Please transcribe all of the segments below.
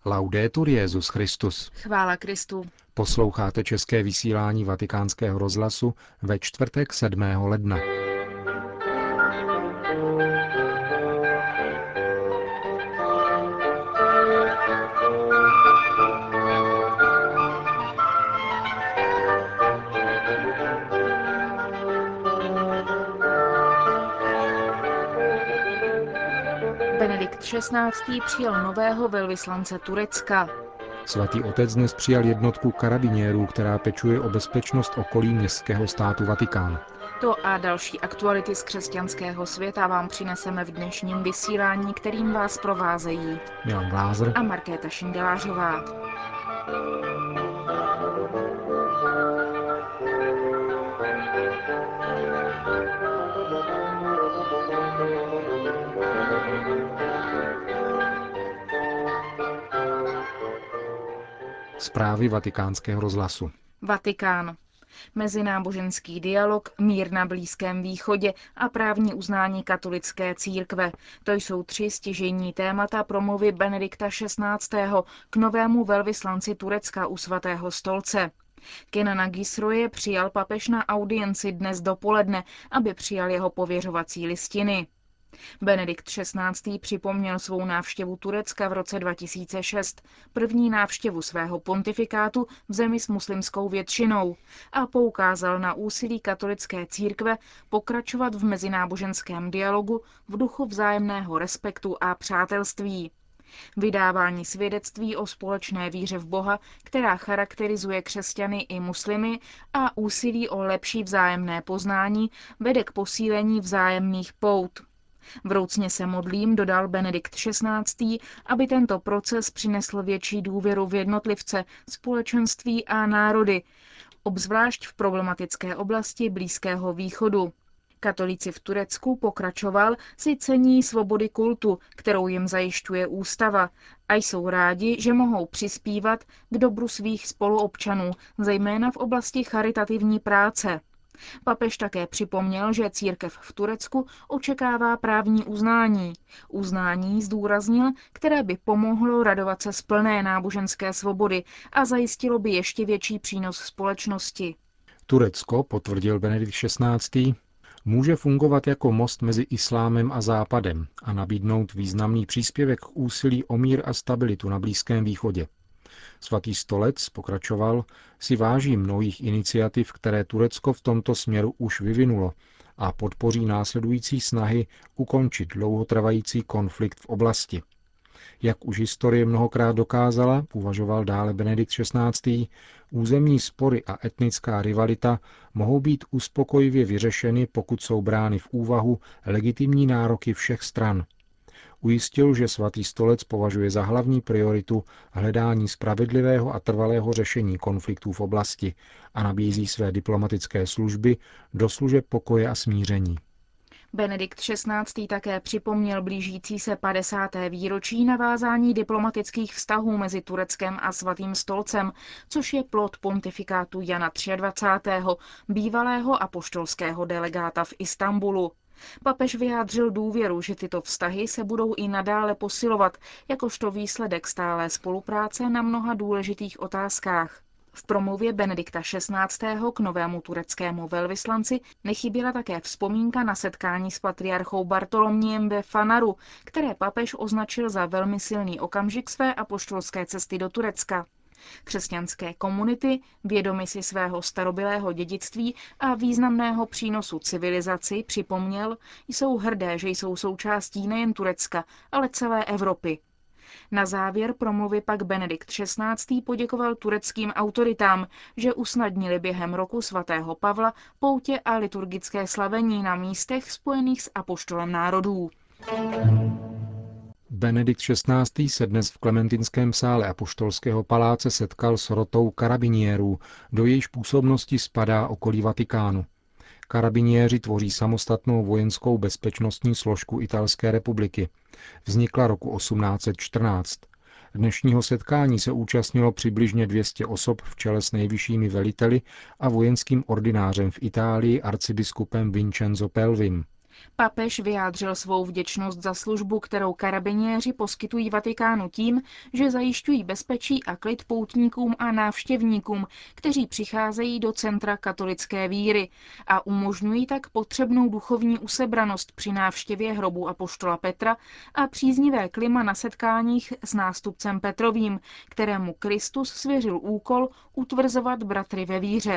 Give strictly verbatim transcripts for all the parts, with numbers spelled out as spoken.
Laudetur Jesus Christus. Chvála Kristu. Posloucháte české vysílání Vatikánského rozhlasu ve čtvrtek sedmého ledna. Benedikt šestnáctý. Přijal nového velvyslance Turecka. Svatý otec dnes přijal jednotku karabiniérů, která pečuje o bezpečnost okolí městského státu Vatikán. To a další aktuality z křesťanského světa vám přineseme v dnešním vysílání, kterým vás provázejí Milan Glázer a Markéta Šindelářová. Zprávy Vatikánského rozhlasu. Vatikán. Mezináboženský dialog, mír na Blízkém východě a právní uznání katolické církve. To jsou tři stěžejní témata promluvy Benedikta šestnáctého. k novému velvyslanci Turecka u svatého stolce. Kenana Gisroje přijal papež na audienci dnes dopoledne, aby přijal jeho pověřovací listiny. Benedikt šestnáctý. připomněl svou návštěvu Turecka v roce dva tisíce šest, první návštěvu svého pontifikátu v zemi s muslimskou většinou, a poukázal na úsilí katolické církve pokračovat v mezináboženském dialogu v duchu vzájemného respektu a přátelství. Vydávání svědectví o společné víře v Boha, která charakterizuje křesťany i muslimy, a úsilí o lepší vzájemné poznání vede k posílení vzájemných pout. Vroucně se modlím, dodal Benedikt šestnáctý. aby tento proces přinesl větší důvěru v jednotlivce, společenství a národy, obzvlášť v problematické oblasti Blízkého východu. Katolíci v Turecku, pokračoval, si cení svobody kultu, kterou jim zajišťuje ústava, a jsou rádi, že mohou přispívat k dobru svých spoluobčanů, zejména v oblasti charitativní práce. Papež také připomněl, že církev v Turecku očekává právní uznání. Uznání, zdůraznil, které by pomohlo radovat se z plné náboženské svobody a zajistilo by ještě větší přínos společnosti. Turecko, potvrdil Benedikt šestnáctý. může fungovat jako most mezi islámem a západem a nabídnout významný příspěvek k úsilí o mír a stabilitu na Blízkém východě. Svatý stolec, pokračoval, si váží mnohých iniciativ, které Turecko v tomto směru už vyvinulo, a podpoří následující snahy ukončit dlouhotrvající konflikt v oblasti. Jak už historie mnohokrát dokázala, uvažoval dále Benedikt šestnáctý. územní spory a etnická rivalita mohou být uspokojivě vyřešeny, pokud jsou brány v úvahu legitimní nároky všech stran. Ujistil, že svatý stolec považuje za hlavní prioritu hledání spravedlivého a trvalého řešení konfliktů v oblasti a nabízí své diplomatické služby do služeb pokoje a smíření. Benedikt šestnáctý. také připomněl blížící se padesáté výročí navázání diplomatických vztahů mezi Tureckem a svatým stolcem, což je plod pontifikátu Jana dvacátého třetího, bývalého apoštolského delegáta v Istanbulu. Papež vyjádřil důvěru, že tyto vztahy se budou i nadále posilovat, jakožto výsledek stálé spolupráce na mnoha důležitých otázkách. V promluvě Benedikta šestnáctého. k novému tureckému velvyslanci nechyběla také vzpomínka na setkání s patriarchou Bartolomiem ve Fanaru, které papež označil za velmi silný okamžik své apoštolské cesty do Turecka. Křesťanské komunity, vědomi si svého starobylého dědictví a významného přínosu civilizaci, připomněl, jsou hrdé, že jsou součástí nejen Turecka, ale celé Evropy. Na závěr promluvy pak Benedikt šestnáctý. poděkoval tureckým autoritám, že usnadnili během roku svatého Pavla poutě a liturgické slavení na místech spojených s apoštolem národů. Benedikt šestnáctý. se dnes v Klementinském sále apoštolského paláce setkal s rotou karabiniérů, do jejíž působnosti spadá okolí Vatikánu. Karabiniéři tvoří samostatnou vojenskou bezpečnostní složku Italské republiky. Vznikla roku osmnáct set čtrnáct. Dnešního setkání se účastnilo přibližně dvě stě osob v čele s nejvyššími veliteli a vojenským ordinářem v Itálii arcibiskupem Vincenzo Pelvim. Papež vyjádřil svou vděčnost za službu, kterou karabiněři poskytují Vatikánu tím, že zajišťují bezpečí a klid poutníkům a návštěvníkům, kteří přicházejí do centra katolické víry a umožňují tak potřebnou duchovní usebranost při návštěvě hrobu apoštola Petra a příznivé klima na setkáních s nástupcem Petrovým, kterému Kristus svěřil úkol utvrzovat bratry ve víře.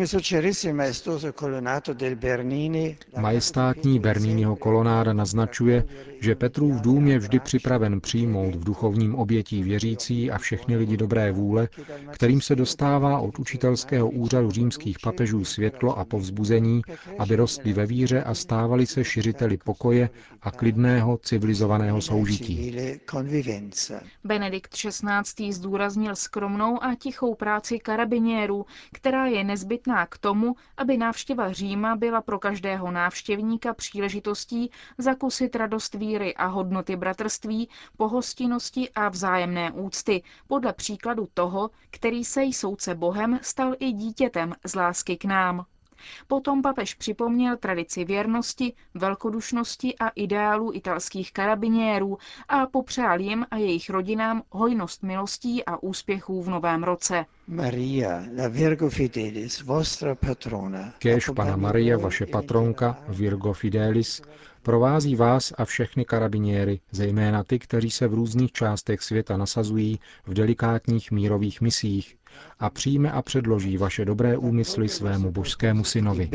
Majestátní Berniniho kolonáda naznačuje, že Petrův dům je vždy připraven přijmout v duchovním obětí věřící a všechny lidi dobré vůle, kterým se dostává od učitelského úřadu římských papežů světlo a povzbuzení, aby rostli ve víře a stávali se šiřiteli pokoje a klidného civilizovaného soužití. Benedikt šestnáctý zdůraznil skromnou a tichou práci karabiněrů, která je nezbytná k tomu, aby návštěva Říma byla pro každého návštěvníka příležitostí zakusit radost víry a hodnoty bratrství, pohostinnosti a vzájemné úcty, podle příkladu toho, který se soudce Bohem stal i dítětem z lásky k nám. Potom papež připomněl tradici věrnosti, velkodušnosti a ideálů italských karabiněrů a popřál jim a jejich rodinám hojnost milostí a úspěchů v novém roce. Maria, la Virgo Fidelis, vostra patrona. Kéž Panna Maria, vaše patronka, Virgo Fidelis, provází vás a všechny karabiněry, zejména ty, kteří se v různých částech světa nasazují v delikátních mírových misích, a přijme a předloží vaše dobré úmysly svému božskému synovi.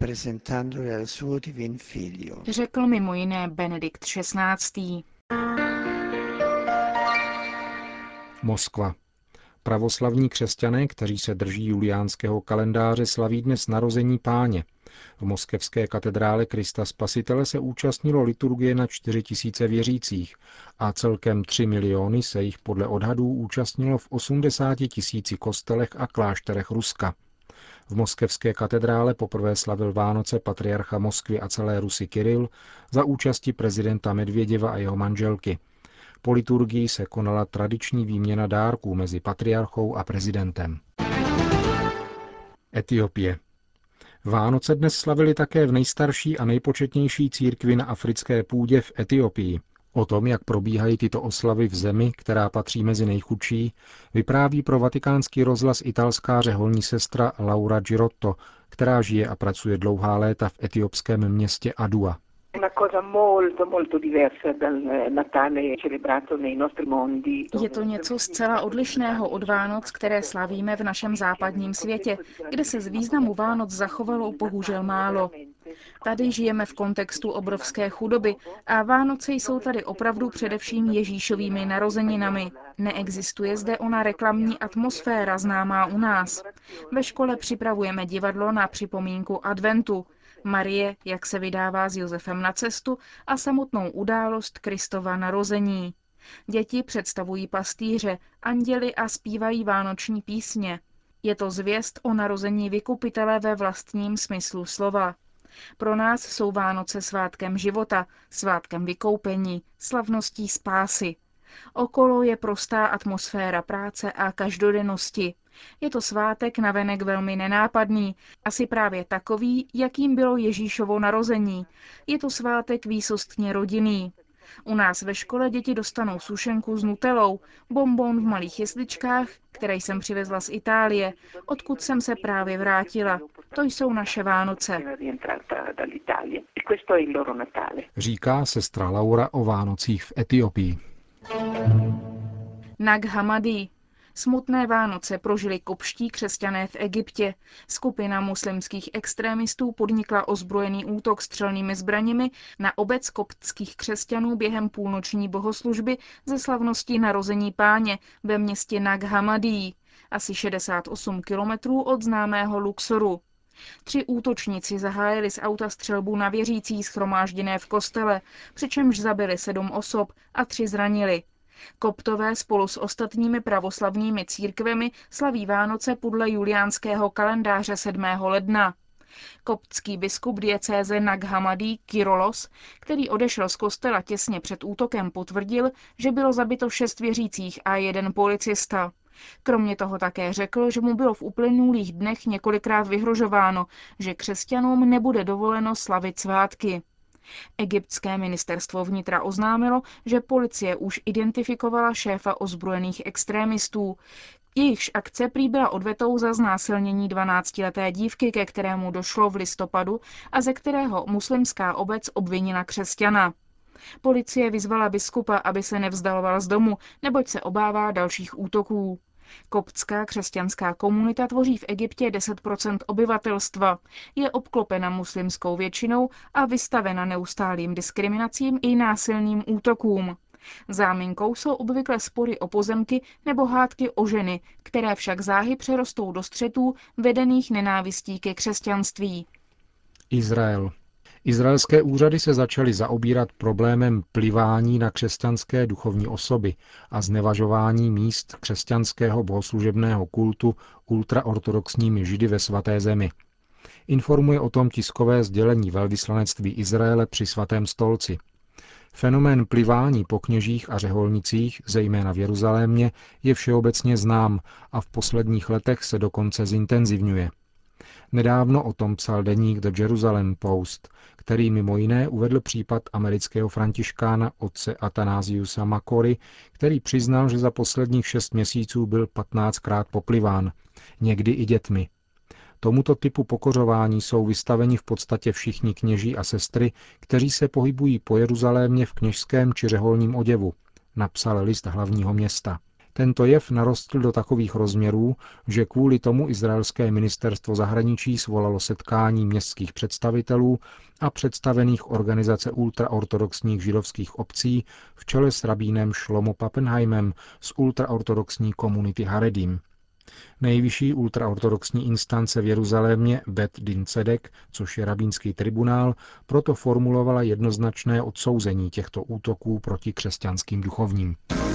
Řekl mimo jiné Benedikt šestnáctý. Moskva. Pravoslavní křesťané, kteří se drží juliánského kalendáře, slaví dnes narození Páně. V moskevské katedrále Krista Spasitele se účastnilo liturgie na čtyři tisíce věřících a celkem tři miliony se jich podle odhadů účastnilo v osmdesáti tisíci kostelech a klášterech Ruska. V moskevské katedrále poprvé slavil Vánoce patriarcha Moskvy a celé Rusy Kiril za účasti prezidenta Medvěděva a jeho manželky. Po liturgii se konala tradiční výměna dárků mezi patriarchou a prezidentem. Etiopie. Vánoce dnes slavili také v nejstarší a nejpočetnější církvi na africké půdě v Etiopii. O tom, jak probíhají tyto oslavy v zemi, která patří mezi nejchudší, vypráví pro Vatikánský rozhlas italská řeholní sestra Laura Girotto, která žije a pracuje dlouhá léta v etiopském městě Adua. Je to něco zcela odlišného od Vánoc, které slavíme v našem západním světě, kde se z významu Vánoc zachovalo bohužel málo. Tady žijeme v kontextu obrovské chudoby a Vánoce jsou tady opravdu především Ježíšovými narozeninami. Neexistuje zde ona reklamní atmosféra známá u nás. Ve škole připravujeme divadlo na připomínku adventu, Marie, jak se vydává s Josefem na cestu, a samotnou událost Kristova narození. Děti představují pastýře, anděly a zpívají vánoční písně. Je to zvěst o narození vykupitele ve vlastním smyslu slova. Pro nás jsou Vánoce svátkem života, svátkem vykoupení, slavností spásy. Okolo je prostá atmosféra práce a každodennosti. Je to svátek navenek velmi nenápadný, asi právě takový, jakým bylo Ježíšovo narození. Je to svátek výsostně rodinný. U nás ve škole děti dostanou sušenku s nutelou, bonbon v malých jesličkách, které jsem přivezla z Itálie, odkud jsem se právě vrátila. To jsou naše Vánoce. Říká sestra Laura o Vánocích v Etiopii. Nag Hammadi. Smutné Vánoce prožili kopští křesťané v Egyptě. Skupina muslimských extrémistů podnikla ozbrojený útok střelnými zbraněmi na obec koptských křesťanů během půlnoční bohoslužby ze slavnosti narození Páně ve městě Nag Hammadi, asi šedesát osm kilometrů od známého Luxoru. Tři útočníci zahájili z auta střelbu na věřící shromážděné v kostele, přičemž zabili sedm osob a tři zranili. Koptové spolu s ostatními pravoslavnými církvemi slaví Vánoce podle juliánského kalendáře sedmého ledna. Koptský biskup diecéze Nag Hammadi Kyrolos, který odešel z kostela těsně před útokem, potvrdil, že bylo zabito šest věřících a jeden policista. Kromě toho také řekl, že mu bylo v uplynulých dnech několikrát vyhrožováno, že křesťanům nebude dovoleno slavit svátky. Egyptské ministerstvo vnitra oznámilo, že policie už identifikovala šéfa ozbrojených extrémistů. Jejichž akce prý byla odvetou za znásilnění dvanáctileté dívky, ke kterému došlo v listopadu a ze kterého muslimská obec obvinila křesťana. Policie vyzvala biskupa, aby se nevzdaloval z domu, neboť se obává dalších útoků. Koptská křesťanská komunita tvoří v Egyptě deset procent obyvatelstva, je obklopena muslimskou většinou a vystavena neustálým diskriminacím i násilným útokům. Záminkou jsou obvykle spory o pozemky nebo hádky o ženy, které však záhy přerostou do střetů vedených nenávistí ke křesťanství. Izrael. Izraelské úřady se začaly zaobírat problémem plivání na křesťanské duchovní osoby a znevažování míst křesťanského bohoslužebného kultu ultraortodoxními židy ve svaté zemi. Informuje o tom tiskové sdělení velvyslanectví Izraele při svatém stolci. Fenomén plivání po kněžích a řeholnicích, zejména v Jeruzalémě, je všeobecně znám a v posledních letech se dokonce zintenzivňuje. Nedávno o tom psal deník The Jerusalem Post, který mimo jiné uvedl případ amerického františkána otce Athanasiusa Makory, který přiznal, že za posledních šest měsíců byl patnáctkrát popliván, někdy i dětmi. Tomuto typu pokořování jsou vystaveni v podstatě všichni kněží a sestry, kteří se pohybují po Jeruzalémě v kněžském či řeholním oděvu, napsal list hlavního města. Tento jev narostl do takových rozměrů, že kvůli tomu izraelské ministerstvo zahraničí svolalo setkání městských představitelů a představených organizace ultraortodoxních židovských obcí v čele s rabínem Šlomo Pappenheimem z ultraortodoxní komunity Haredim. Nejvyšší ultraortodoxní instance v Jeruzalémě Bet Din Cedek, což je rabínský tribunál, proto formulovala jednoznačné odsouzení těchto útoků proti křesťanským duchovním.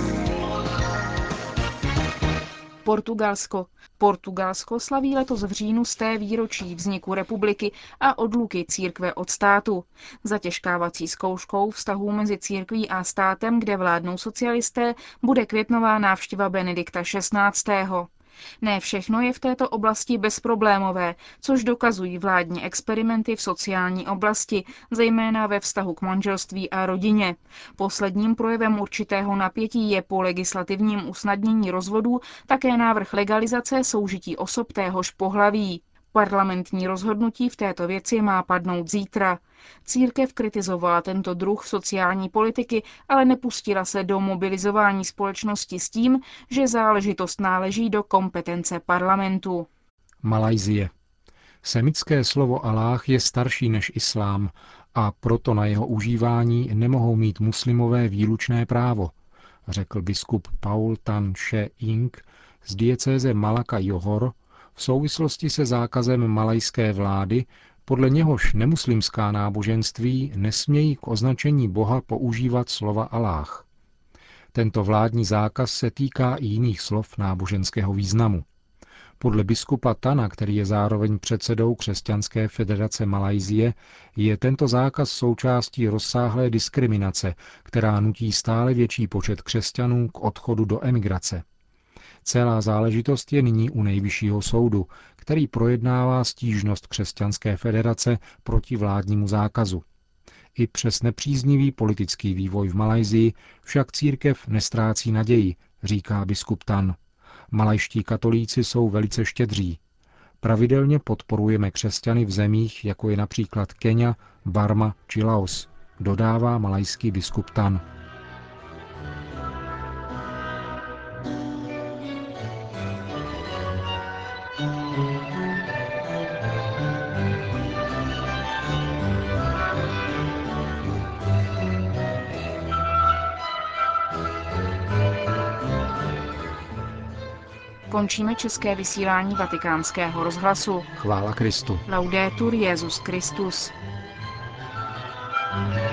Portugalsko. Portugalsko slaví letos v říjnu sté výročí vzniku republiky a odluky církve od státu. Zatěžkávací zkouškou vztahů mezi církví a státem, kde vládnou socialisté, bude květnová návštěva Benedikta šestnáctého Ne všechno je v této oblasti bezproblémové, což dokazují vládní experimenty v sociální oblasti, zejména ve vztahu k manželství a rodině. Posledním projevem určitého napětí je po legislativním usnadnění rozvodů také návrh legalizace soužití osob téhož pohlaví. Parlamentní rozhodnutí v této věci má padnout zítra. Církev kritizovala tento druh sociální politiky, ale nepustila se do mobilizování společnosti s tím, že záležitost náleží do kompetence parlamentu. Malajsie. Semitské slovo Aláh je starší než islám a proto na jeho užívání nemohou mít muslimové výlučné právo, řekl biskup Paul Tan She Ing z diecéze Malaka Johor v souvislosti se zákazem malajské vlády, podle něhož nemuslimská náboženství nesmějí k označení Boha používat slova Aláh. Tento vládní zákaz se týká i jiných slov náboženského významu. Podle biskupa Tana, který je zároveň předsedou Křesťanské federace Malajsie, je tento zákaz součástí rozsáhlé diskriminace, která nutí stále větší počet křesťanů k odchodu do emigrace. Celá záležitost je nyní u Nejvyššího soudu, který projednává stížnost Křesťanské federace proti vládnímu zákazu. I přes nepříznivý politický vývoj v Malajsii však církev nestrácí naději, říká biskup Tan. Malajští katolíci jsou velice štědří. Pravidelně podporujeme křesťany v zemích, jako je například Kenia, Barma či Laos, dodává malajský biskup Tan. Končíme české vysílání Vatikánského rozhlasu. Chvála Kristu. Laudetur Jesus Christus.